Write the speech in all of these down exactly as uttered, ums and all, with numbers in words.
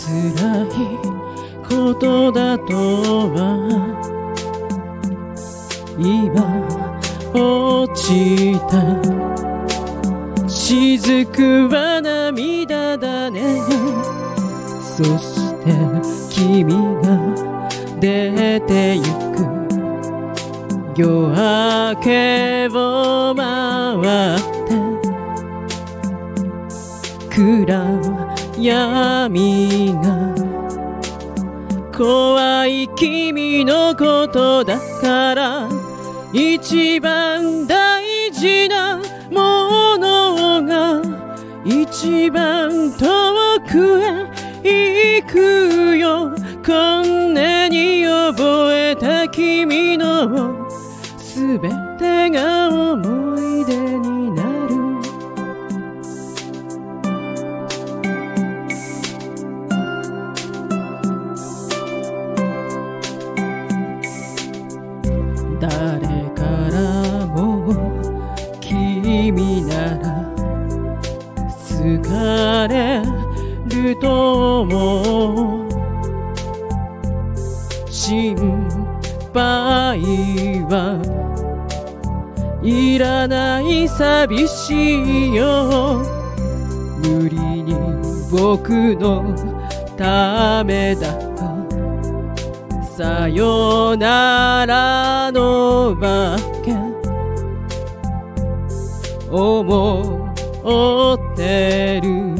辛いことだとは今落ちた雫は涙だね。そして君が出てゆく夜明けを回って暗闇が怖い君のことだから一番大事なものが一番遠くへ行くよ。こんなに覚えた君のすべてが思い出になる。誰からも君なら好かれると思う。心配はいらない寂しいよ。無理に僕のためだとさよならのわけ思ってる。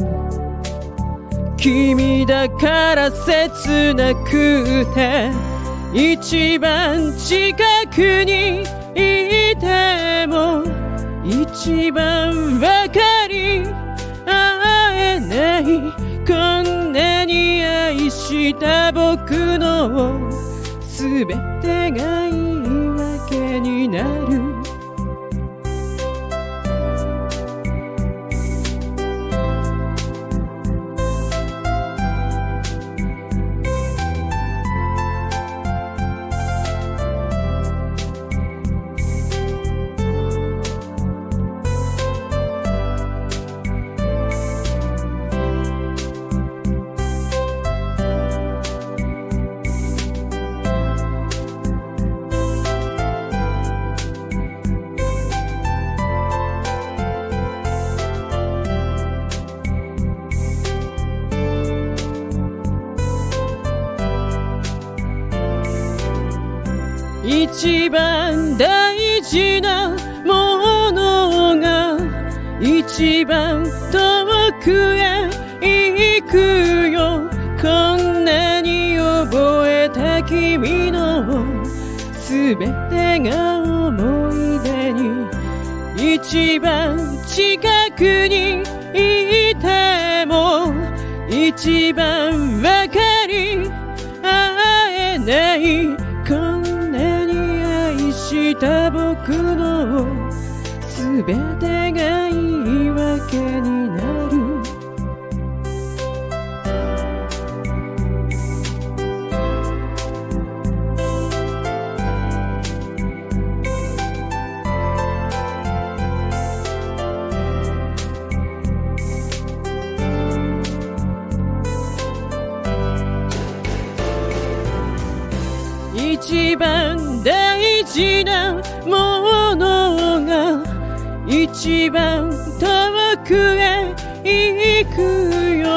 君だから切なくて一番近くにいても一番ばかり会えない。こんなに愛した僕のすべてが言い訳になる。一番大事なものが一番遠くへ行くよ。こんなに覚えた君のすべてが思い出に一番近くにいても一番ばかり会えない。こんなに愛した僕のすべてが言い訳になる。一番大事なものが一番遠くへ行くよ。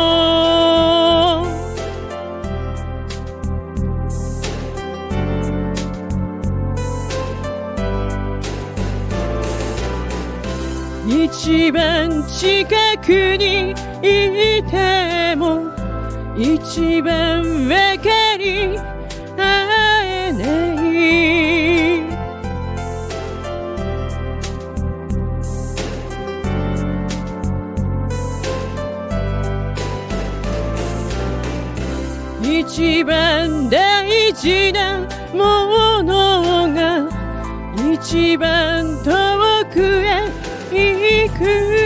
一番近くにいても一番ばかり会えない。一番大事なものが一番遠くへ行く